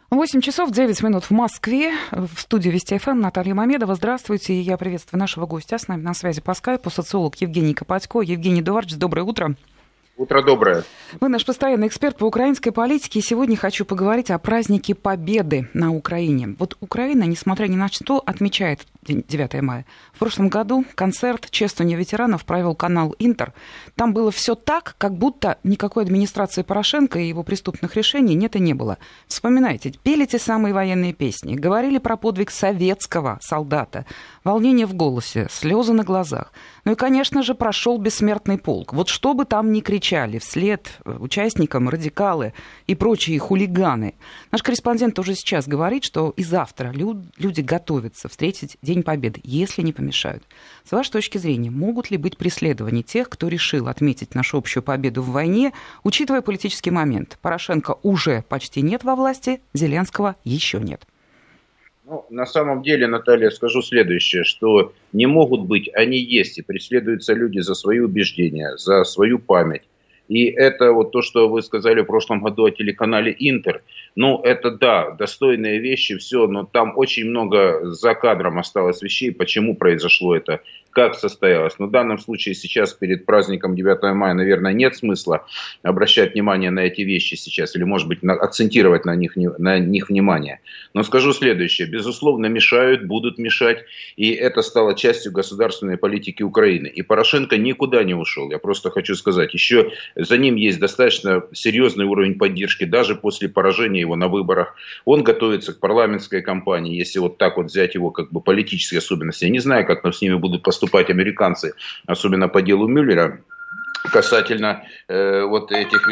8 часов 9 минут в Москве. В студии Вести ФМ Наталья Мамедова. Здравствуйте. Я приветствую нашего гостя. С нами на связи по скайпу социолог Евгений Копатько. Евгений Эдуардович, доброе утро. Утро доброе. Вы наш постоянный эксперт по украинской политике. И сегодня хочу поговорить о празднике Победы на Украине. Вот Украина, несмотря ни на что, отмечает 9 мая. В прошлом году концерт чествования ветеранов провел канал «Интер». Там было все так, как будто никакой администрации Порошенко и его преступных решений нет и не было. Вспоминайте, пели те самые военные песни, говорили про подвиг советского солдата, волнение в голосе, слезы на глазах. Ну и, конечно же, прошел бессмертный полк. Вот что бы там ни кричали вслед участникам радикалы и прочие хулиганы. Наш корреспондент уже сейчас говорит, что и завтра люди готовятся встретить День Победы, если не помешают. С вашей точки зрения, могут ли быть преследования тех, кто решил отметить нашу общую победу в войне, учитывая политический момент? Порошенко уже почти нет во власти, Зеленского еще нет. Ну, на самом деле, Наталья, скажу следующее, что не могут быть, они есть, и преследуются люди за свои убеждения, за свою память. И это вот то, что вы сказали в прошлом году о телеканале «Интер». Ну, это да, достойные вещи, все, но там очень много за кадром осталось вещей, почему произошло это, как состоялось. Но в данном случае сейчас перед праздником 9 мая, наверное, нет смысла обращать внимание на эти вещи сейчас, или, может быть, акцентировать на них внимание. Но скажу следующее, безусловно, мешают, будут мешать, и это стало частью государственной политики Украины. И Порошенко никуда не ушел, я просто хочу сказать, еще за ним есть достаточно серьезный уровень поддержки, даже после поражения его на выборах. Он готовится к парламентской кампании, если вот так вот взять его как бы политические особенности. Я не знаю, как с ними будут поступать американцы, особенно по делу Мюллера, касательно вот этих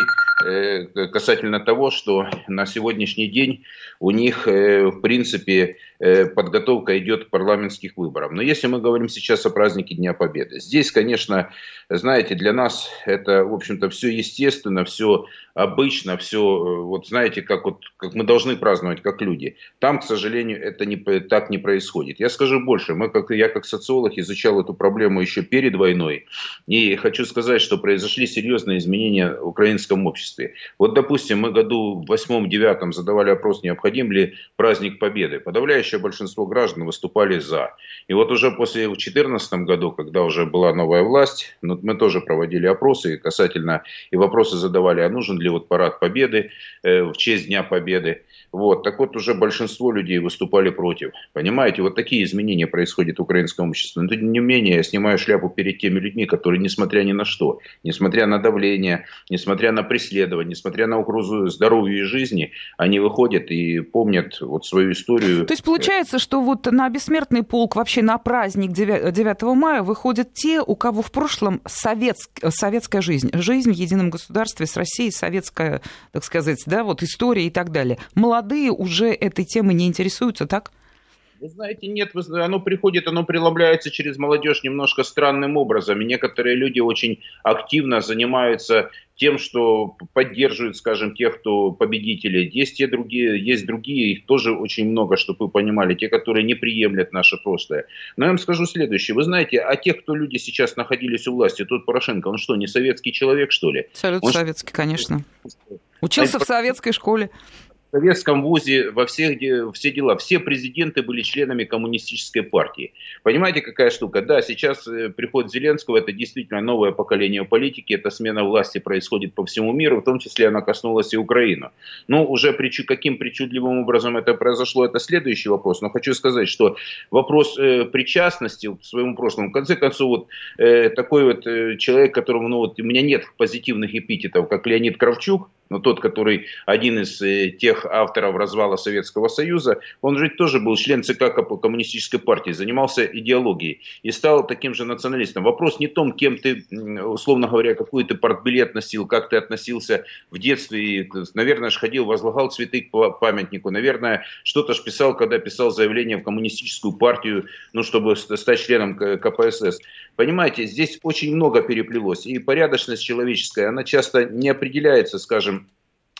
вещей, касательно того, что на сегодняшний день у них, в принципе, подготовка идет к парламентским выборам. Но если мы говорим сейчас о празднике Дня Победы, здесь, конечно, знаете, для нас это, в общем-то, все естественно, все обычно, все, вот знаете, как мы должны праздновать, как люди. Там, к сожалению, это так не происходит. Я скажу больше, я как социолог изучал эту проблему еще перед войной, и хочу сказать, что произошли серьезные изменения в украинском обществе. Вот, допустим, мы году в 8-9 задавали опрос, необходим ли праздник Победы. Подавляющее большинство граждан выступали за. И вот уже в 2014 году, когда уже была новая власть, мы тоже проводили опросы касательно, и вопросы задавали, а нужен ли вот парад Победы в честь Дня Победы. Вот. Так вот, уже большинство людей выступали против. Понимаете, вот такие изменения происходят в украинском обществе. Но тем не менее, я снимаю шляпу перед теми людьми, которые, несмотря ни на что, несмотря на давление, несмотря на преследование, несмотря на угрозу здоровью и жизни, они выходят и помнят вот свою историю. То есть получается, что вот на бессмертный полк, вообще на праздник 9 мая выходят те, у кого в прошлом советская жизнь в едином государстве с Россией, советская, так сказать, да, вот история и так далее. Молодые уже этой темой не интересуются, так? Вы знаете, нет, оно приходит, оно преломляется через молодежь немножко странным образом. И некоторые люди очень активно занимаются тем, что поддерживают, скажем, тех, кто победители. Есть другие, их тоже очень много, чтобы вы понимали, те, которые не приемлят наше прошлое. Но я вам скажу следующее. Вы знаете, а тех, кто люди сейчас находились у власти, тот Порошенко, он что, не советский человек, что ли? Абсолютно советский, конечно. Учился в советской школе. В советском вузе, все дела. Все президенты были членами коммунистической партии. Понимаете, какая штука? Да, сейчас приход Зеленского, это действительно новое поколение политики, эта смена власти происходит по всему миру, в том числе она коснулась и Украины. Но уже каким причудливым образом это произошло, это следующий вопрос. Но хочу сказать, что вопрос причастности к своему прошлому, в конце концов, вот такой вот человек, которому, у меня нет позитивных эпитетов, как Леонид Кравчук, но тот, который один из тех авторов развала Советского Союза, он же тоже был член ЦК коммунистической партии, занимался идеологией и стал таким же националистом. Вопрос не в том, кем ты, условно говоря, какой ты партбилет носил, как ты относился в детстве, и, наверное, ходил, возлагал цветы к памятнику, наверное, что-то ж писал, когда писал заявление в коммунистическую партию, чтобы стать членом КПСС. Понимаете, здесь очень много переплелось, и порядочность человеческая, она часто не определяется, скажем,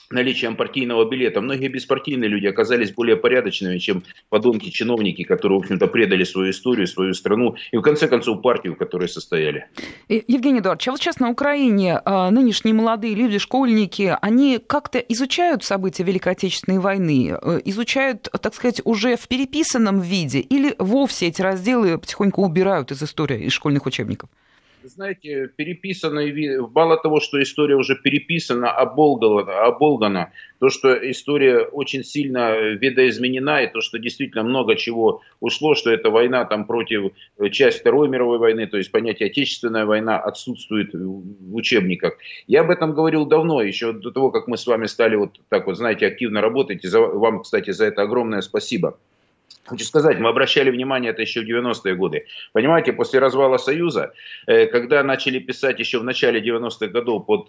наличием партийного билета. Многие беспартийные люди оказались более порядочными, чем подонки-чиновники, которые, в общем-то, предали свою историю, свою страну и, в конце концов, партию, в которой состояли. Евгений Эдуардович, а вот сейчас на Украине нынешние молодые люди, школьники, они как-то изучают события Великой Отечественной войны, изучают, так сказать, уже в переписанном виде, или вовсе эти разделы потихоньку убирают из истории, из школьных учебников? Знаете, переписанный, мало того, что история уже переписана, оболгана, то, что история очень сильно видоизменена, и то, что действительно много чего ушло, что эта война там против часть Второй мировой войны, то есть понятие Отечественная война отсутствует в учебниках. Я об этом говорил давно, еще до того, как мы с вами стали вот так вот, знаете, активно работать, и вам, кстати, за это огромное спасибо. Хочу сказать, мы обращали внимание это еще в 90-е годы. Понимаете, после развала Союза, когда начали писать еще в начале 90-х годов под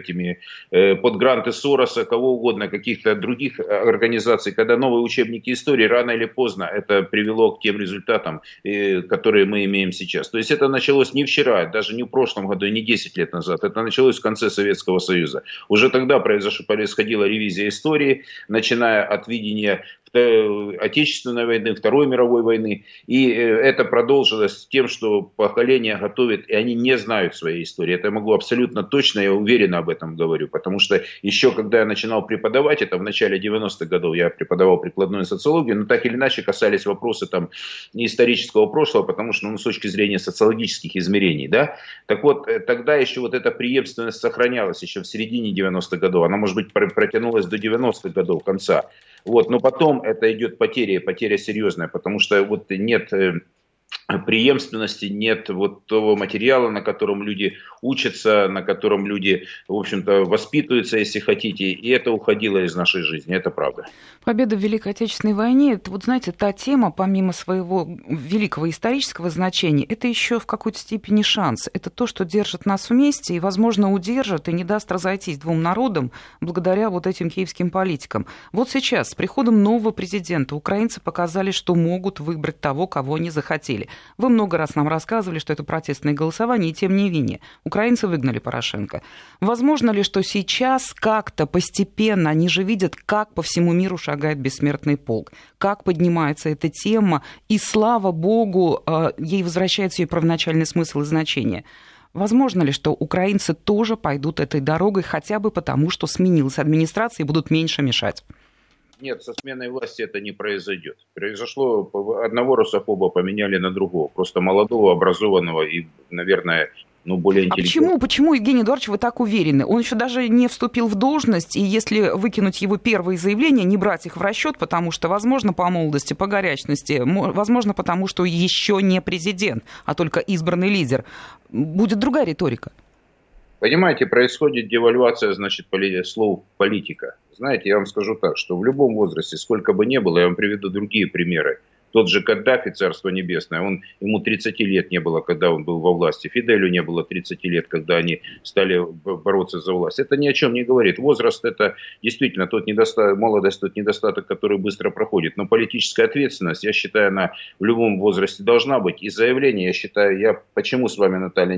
гранты Сороса, кого угодно, каких-то других организаций, когда новые учебники истории, рано или поздно это привело к тем результатам, которые мы имеем сейчас. То есть это началось не вчера, даже не в прошлом году, не 10 лет назад. Это началось в конце Советского Союза. Уже тогда происходила ревизия истории, начиная от видения Отечественной войны, Второй мировой войны. И это продолжилось тем, что поколение готовит, и они не знают своей истории. Это я могу абсолютно точно, я уверенно об этом говорю. Потому что еще когда я начинал преподавать, это в начале 90-х годов, я преподавал прикладную социологию, но так или иначе касались вопросы там исторического прошлого, потому что с точки зрения социологических измерений. Да? Так вот, тогда еще вот эта преемственность сохранялась еще в середине 90-х годов. Она, может быть, протянулась до 90-х годов конца. Вот, но потом это идет потеря серьезная, потому что вот нет преемственности, нет вот того материала, на котором люди учатся, на котором люди, в общем-то, воспитываются, если хотите, и это уходило из нашей жизни, это правда. Победа в Великой Отечественной войне, это вот, знаете, та тема, помимо своего великого исторического значения, это еще в какой-то степени шанс. Это то, что держит нас вместе и, возможно, удержит и не даст разойтись двум народам благодаря вот этим киевским политикам. Вот сейчас, с приходом нового президента, украинцы показали, что могут выбрать того, кого они захотели. Вы много раз нам рассказывали, что это протестное голосование, и тем не менее. Украинцы выгнали Порошенко. Возможно ли, что сейчас как-то постепенно они же видят, как по всему миру шагает бессмертный полк, как поднимается эта тема, и, слава богу, ей возвращается ее первоначальный смысл и значение. Возможно ли, что украинцы тоже пойдут этой дорогой хотя бы потому, что сменилась администрация и будут меньше мешать? Нет, со сменой власти это не произойдет. Произошло, одного русофоба поменяли на другого. Просто молодого, образованного и, наверное, более интеллигентного. А почему, Евгений Эдуардович, вы так уверены? Он еще даже не вступил в должность, и если выкинуть его первые заявления, не брать их в расчет, потому что, возможно, по молодости, по горячности, возможно, потому что еще не президент, а только избранный лидер, будет другая риторика. Понимаете, происходит девальвация, значит, слов политика. Знаете, я вам скажу так, что в любом возрасте, сколько бы ни было, я вам приведу другие примеры. Тот же Каддафи, царство небесное, ему 30 лет не было, когда он был во власти. Фиделю не было 30 лет, когда они стали бороться за власть. Это ни о чем не говорит. Возраст — это действительно тот недостаток, молодость, тот недостаток, который быстро проходит. Но политическая ответственность, я считаю, она в любом возрасте должна быть. И заявление, я считаю, я почему с вами, Наталья,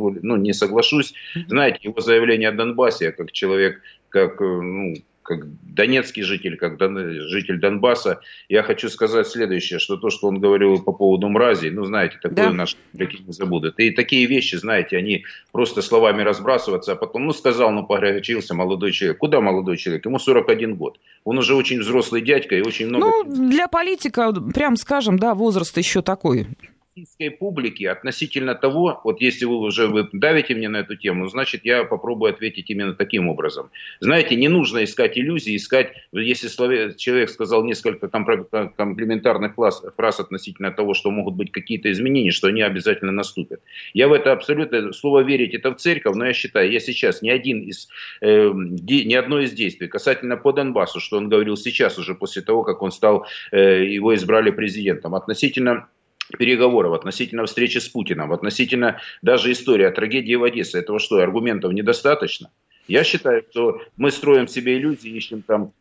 не соглашусь. Знаете, его заявление о Донбассе, как человек, как донецкий житель, как житель Донбасса, я хочу сказать следующее, что то, что он говорил по поводу мразей, знаете, такое наши реки не забудут. И такие вещи, знаете, они просто словами разбрасываться, а потом, сказал, погорячился молодой человек. Куда молодой человек? Ему 41 год. Он уже очень взрослый дядька и очень много... Для политика, прям скажем, возраст еще такой... Российской публики относительно того, вот если вы давите мне на эту тему, значит, я попробую ответить именно таким образом. Знаете, не нужно искать иллюзии, если человек сказал несколько комплиментарных фраз относительно того, что могут быть какие-то изменения, что они обязательно наступят. Я в это абсолютно, слово верить это в церковь, но я считаю, я сейчас ни одно из действий касательно по Донбассу, что он говорил сейчас уже после того, как он его избрали президентом, относительно переговоров, относительно встречи с Путиным, относительно даже истории о трагедии в Одессе. Этого что, аргументов недостаточно? Я считаю, что мы строим себе иллюзии, ищем там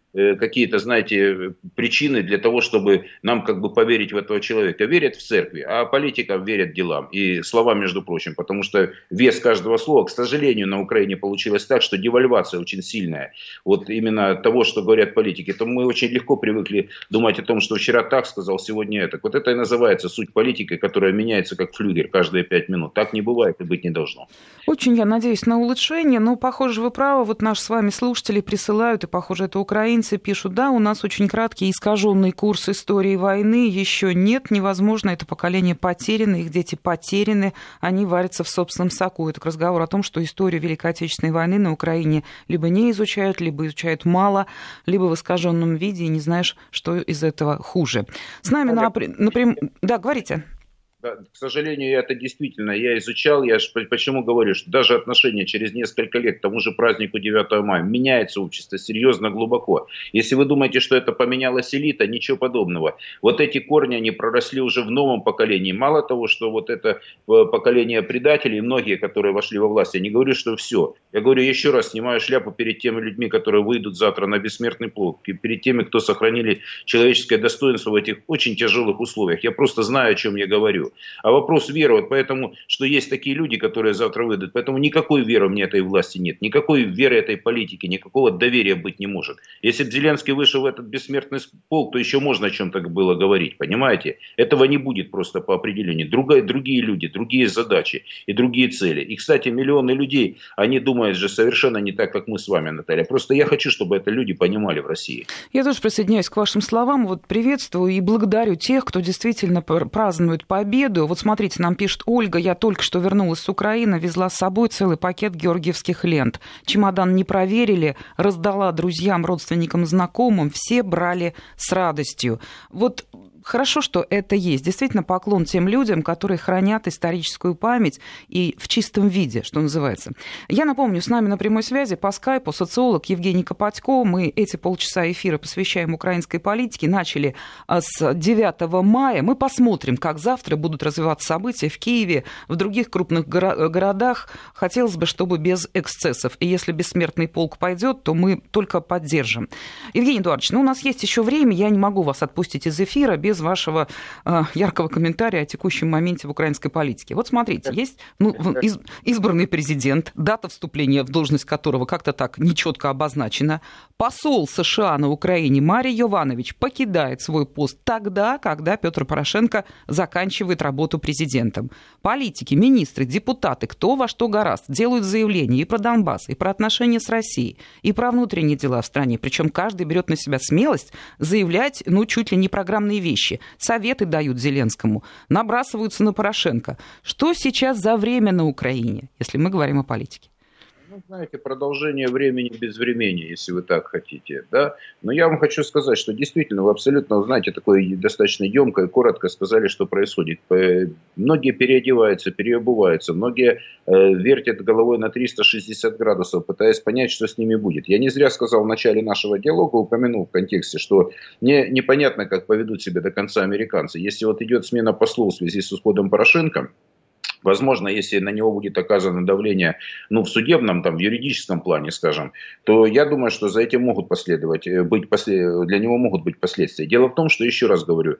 какие-то, знаете, причины для того, чтобы нам как бы поверить в этого человека. Верят в церкви, а политикам верят делам и словам, между прочим, потому что вес каждого слова, к сожалению, на Украине получилось так, что девальвация очень сильная. Вот именно того, что говорят политики. То мы очень легко привыкли думать о том, что вчера так сказал, сегодня это. Вот это и называется суть политики, которая меняется как флюгер каждые 5 минут. Так не бывает и быть не должно. Очень я надеюсь на улучшение, но, похоже, вы правы. Вот наши с вами слушатели присылают, и, похоже, это украинцы, пишут, да, у нас очень краткий искаженный курс истории войны, еще нет, невозможно, это поколение потеряно, их дети потеряны, они варятся в собственном соку. Это разговор о том, что историю Великой Отечественной войны на Украине либо не изучают, либо изучают мало, либо в искаженном виде, и не знаешь, что из этого хуже. С нами напрямую... Да, говорите. Да, к сожалению, это действительно я изучал. Я почему говорю, что даже отношение через несколько лет к тому же празднику 9 мая меняется общество серьезно, глубоко. Если вы думаете, что это поменялась элита, ничего подобного. Вот эти корни, они проросли уже в новом поколении. Мало того, что вот это поколение предателей, многие, которые вошли во власть, я не говорю, что все. Я говорю еще раз, снимаю шляпу перед теми людьми, которые выйдут завтра на бессмертный полк, перед теми, кто сохранили человеческое достоинство в этих очень тяжелых условиях. Я просто знаю, о чем я говорю. А вопрос веры, вот поэтому, что есть такие люди, которые завтра выйдут, поэтому никакой веры мне этой власти нет, никакой веры этой политики, никакого доверия быть не может. Если бы Зеленский вышел в этот бессмертный полк, то еще можно о чем-то было говорить, понимаете? Этого не будет просто по определению. Другие люди, другие задачи и другие цели. И, кстати, миллионы людей, они думают же совершенно не так, как мы с вами, Наталья. Просто я хочу, чтобы это люди понимали в России. Я тоже присоединяюсь к вашим словам. Вот приветствую и благодарю тех, кто действительно празднует победу. Вот смотрите, нам пишет Ольга, я только что вернулась с Украины, везла с собой целый пакет георгиевских лент. Чемодан не проверили, раздала друзьям, родственникам, знакомым, все брали с радостью. Вот хорошо, что это есть. Действительно, поклон тем людям, которые хранят историческую память и в чистом виде, что называется. Я напомню, с нами на прямой связи по скайпу социолог Евгений Копатько. Мы эти полчаса эфира посвящаем украинской политике. Начали с 9 мая. Мы посмотрим, как завтра будут развиваться события в Киеве, в других крупных городах. Хотелось бы, чтобы без эксцессов. И если бессмертный полк пойдет, то мы только поддержим. Евгений Эдуардович, у нас есть еще время. Я не могу вас отпустить из эфира без вашего яркого комментария о текущем моменте в украинской политике. Вот смотрите, есть избранный президент, дата вступления в должность которого как-то так нечетко обозначена. Посол США на Украине Марий Йованович покидает свой пост тогда, когда Петр Порошенко заканчивает работу президентом. Политики, министры, депутаты, кто во что гораст, делают заявления и про Донбасс, и про отношения с Россией, и про внутренние дела в стране. Причем каждый берет на себя смелость заявлять, чуть ли не программные вещи. Советы дают Зеленскому, набрасываются на Порошенко. Что сейчас за время на Украине, если мы говорим о политике? Знаете, продолжение времени без времени, если вы так хотите, да. Но я вам хочу сказать, что действительно вы абсолютно, знаете, такое достаточно емко и коротко сказали, что происходит. Многие переодеваются, переобуваются, многие вертят головой на 360 градусов, пытаясь понять, что с ними будет. Я не зря сказал в начале нашего диалога, упомянул в контексте, что мне непонятно, как поведут себя до конца американцы. Если вот идет смена послов в связи с исходом Порошенко, возможно, если на него будет оказано давление, в судебном, в юридическом плане, скажем, то я думаю, что за этим могут для него могут быть последствия. Дело в том, что, еще раз говорю,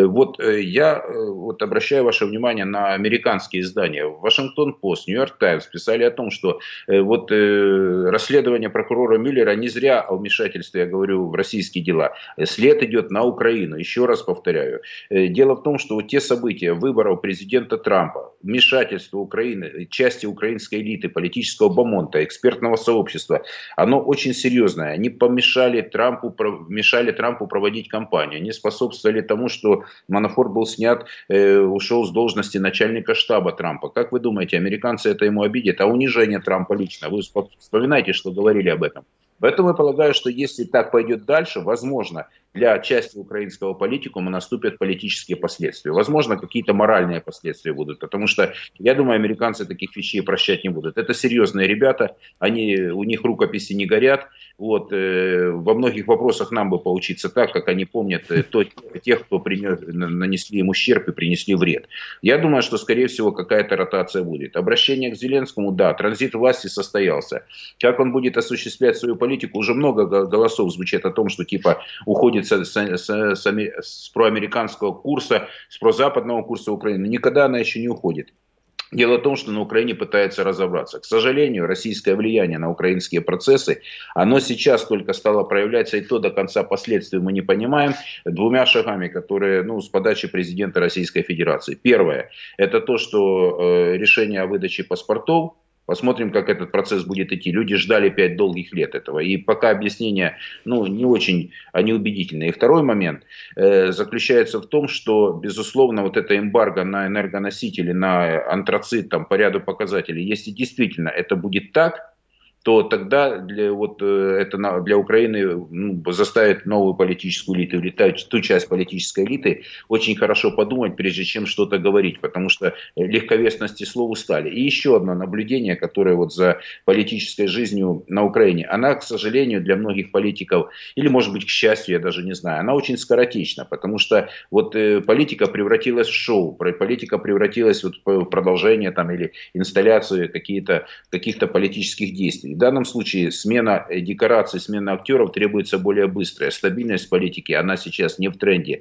я обращаю ваше внимание на американские издания. Вашингтон-Пост, Нью-Йорк Таймс писали о том, что расследование прокурора Мюллера не зря о вмешательстве, я говорю, в российские дела. След идет на Украину, еще раз повторяю. Дело в том, что те события выборов президента Трампа, вмешательство Украины, части украинской элиты, политического бомонда, экспертного сообщества, оно очень серьезное. Они мешали Трампу проводить кампанию. Они способствовали тому, что Манафорт был снят, ушел с должности начальника штаба Трампа. Как вы думаете, американцы это ему обидят? А унижение Трампа лично? Вы вспоминаете, что говорили об этом? Поэтому я полагаю, что если так пойдет дальше, возможно, для части украинского политикума наступят политические последствия. Возможно, какие-то моральные последствия будут, потому что, я думаю, американцы таких вещей прощать не будут. Это серьезные ребята, у них рукописи не горят. Вот, во многих вопросах нам бы поучиться так, как они помнят тех, кто нанесли им ущерб и принесли вред. Я думаю, что, скорее всего, какая-то ротация будет. Обращение к Зеленскому, да, транзит власти состоялся. Как он будет осуществлять свою политику, уже много голосов звучит о том, что типа уходит с проамериканского курса, с прозападного курса Украины. Никогда она еще не уходит. Дело в том, что на Украине пытаются разобраться. К сожалению, российское влияние на украинские процессы, оно сейчас только стало проявляться, и то до конца последствий мы не понимаем, двумя шагами, которые, с подачи президента Российской Федерации. Первое, это то, что решение о выдаче паспортов. Посмотрим, как этот процесс будет идти. Люди ждали 5 долгих лет этого. И пока объяснения не очень они убедительные. И второй момент заключается в том, что, безусловно, вот это эмбарго на энергоносители, на антрацит там, по ряду показателей, если действительно это будет так, то тогда для Украины заставит новую политическую элиту, или ту часть политической элиты, очень хорошо подумать, прежде чем что-то говорить, потому что легковесности слов устали. И еще одно наблюдение, которое вот за политической жизнью на Украине, она, к сожалению, для многих политиков, или может быть к счастью, я даже не знаю, она очень скоротечна, потому что вот политика превратилась в шоу, политика превратилась в продолжение там, или инсталляцию каких-то политических действий. В данном случае смена декораций, смена актеров требуется более быстрая. Стабильность политики, она сейчас не в тренде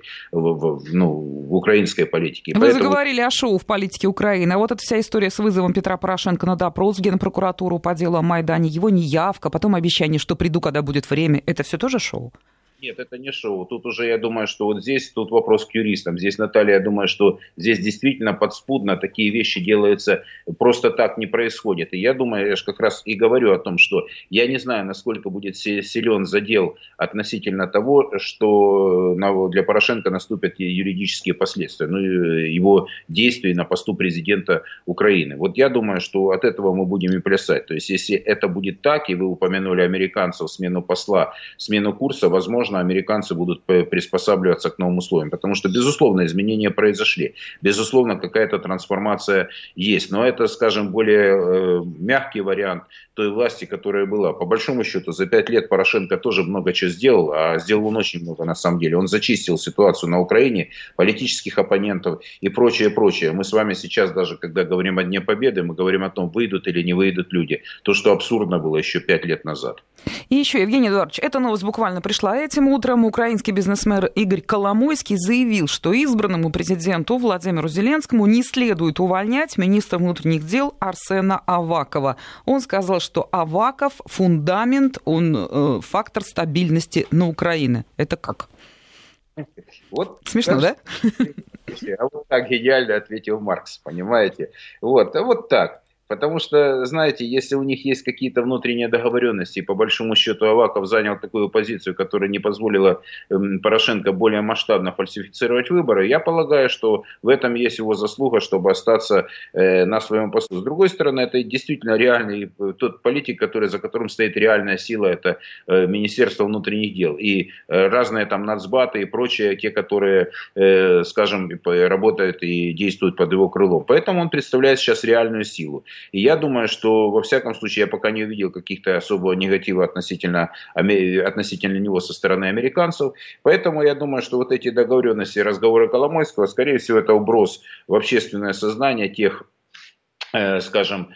в украинской политике. Вы заговорили о шоу в политике Украины. А вот эта вся история с вызовом Петра Порошенко на допрос в Генпрокуратуру по делу о Майдане, его неявка, потом обещание, что приду, когда будет время. Это все тоже шоу? Нет, это не шоу. Тут уже, я думаю, что тут вопрос к юристам. Здесь, Наталья, я думаю, что здесь действительно подспудно такие вещи делаются, просто так не происходит. И я думаю, я же как раз и говорю о том, что я не знаю, насколько будет силен задел относительно того, что для Порошенко наступят юридические последствия, его действий на посту президента Украины. Вот я думаю, что от этого мы будем и плясать. То есть, если это будет так, и вы упомянули американцев, смену посла, смену курса, возможно, американцы будут приспосабливаться к новым условиям. Потому что, безусловно, изменения произошли. Безусловно, какая-то трансформация есть. Но это, скажем, более мягкий вариант той власти, которая была. По большому счету, за 5 лет Порошенко тоже много чего сделал. А сделал он очень много на самом деле. Он зачистил ситуацию на Украине, политических оппонентов и прочее, прочее. Мы с вами сейчас даже, когда говорим о Дне Победы, мы говорим о том, выйдут или не выйдут люди. То, что абсурдно было еще 5 лет назад. И еще, Евгений Эдуардович, эта новость буквально пришла этим утром. Украинский бизнесмен Игорь Коломойский заявил, что избранному президенту Владимиру Зеленскому не следует увольнять министра внутренних дел Арсена Авакова. Он сказал, что Аваков – фундамент, он фактор стабильности на Украине. Это как? Вот, смешно, да? А вот так гениально ответил Маркс, понимаете? Вот так. Потому что, знаете, если у них есть какие-то внутренние договоренности, по большому счету Аваков занял такую позицию, которая не позволила Порошенко более масштабно фальсифицировать выборы, я полагаю, что в этом есть его заслуга, чтобы остаться на своем посту. С другой стороны, это действительно реальный тот политик, за которым стоит реальная сила, это Министерство внутренних дел. И разные там нацбаты и прочие, те, которые, скажем, работают и действуют под его крылом. Поэтому он представляет сейчас реальную силу. И я думаю, что, во всяком случае, я пока не увидел каких-то особого негатива относительно него со стороны американцев. Поэтому я думаю, что вот эти договоренности и разговоры Коломойского, скорее всего, это вброс в общественное сознание тех, скажем,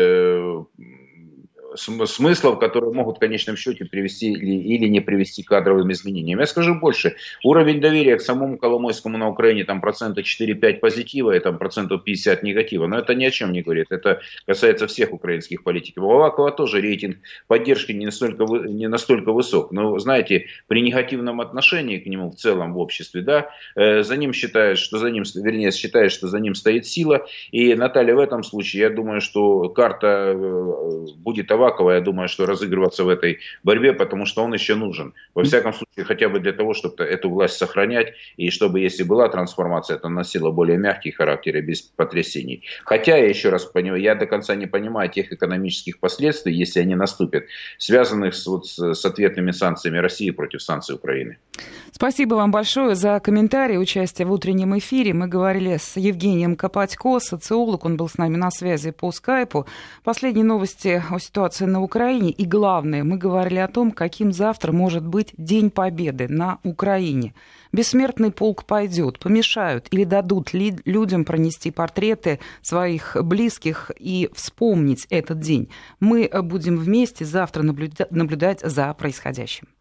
смыслов, которые могут в конечном счете привести или не привести к кадровым изменениям. Я скажу больше. Уровень доверия к самому Коломойскому на Украине там 4-5% позитива и там 50% негатива. Но это ни о чем не говорит. Это касается всех украинских политиков. У Авакова тоже рейтинг поддержки не настолько высок. Но, знаете, при негативном отношении к нему в целом в обществе, да, считает, что за ним стоит сила. И, Наталья, в этом случае, я думаю, что карта будет Авакова Авакова, я думаю, что разыгрываться в этой борьбе, потому что он еще нужен. Во всяком случае, хотя бы для того, чтобы эту власть сохранять, и чтобы, если была трансформация, это носила более мягкий характер и без потрясений. Хотя, я еще раз понимаю, я до конца не понимаю тех экономических последствий, если они наступят, связанных с ответными санкциями России против санкций Украины. Спасибо вам большое за комментарий, участие в утреннем эфире. Мы говорили с Евгением Копатько, социолог, он был с нами на связи по скайпу. Последние новости о ситуации на Украине и, главное, мы говорили о том, каким завтра может быть День Победы на Украине. Бессмертный полк пойдет, помешают или дадут людям пронести портреты своих близких и вспомнить этот день. Мы будем вместе завтра наблюдать за происходящим.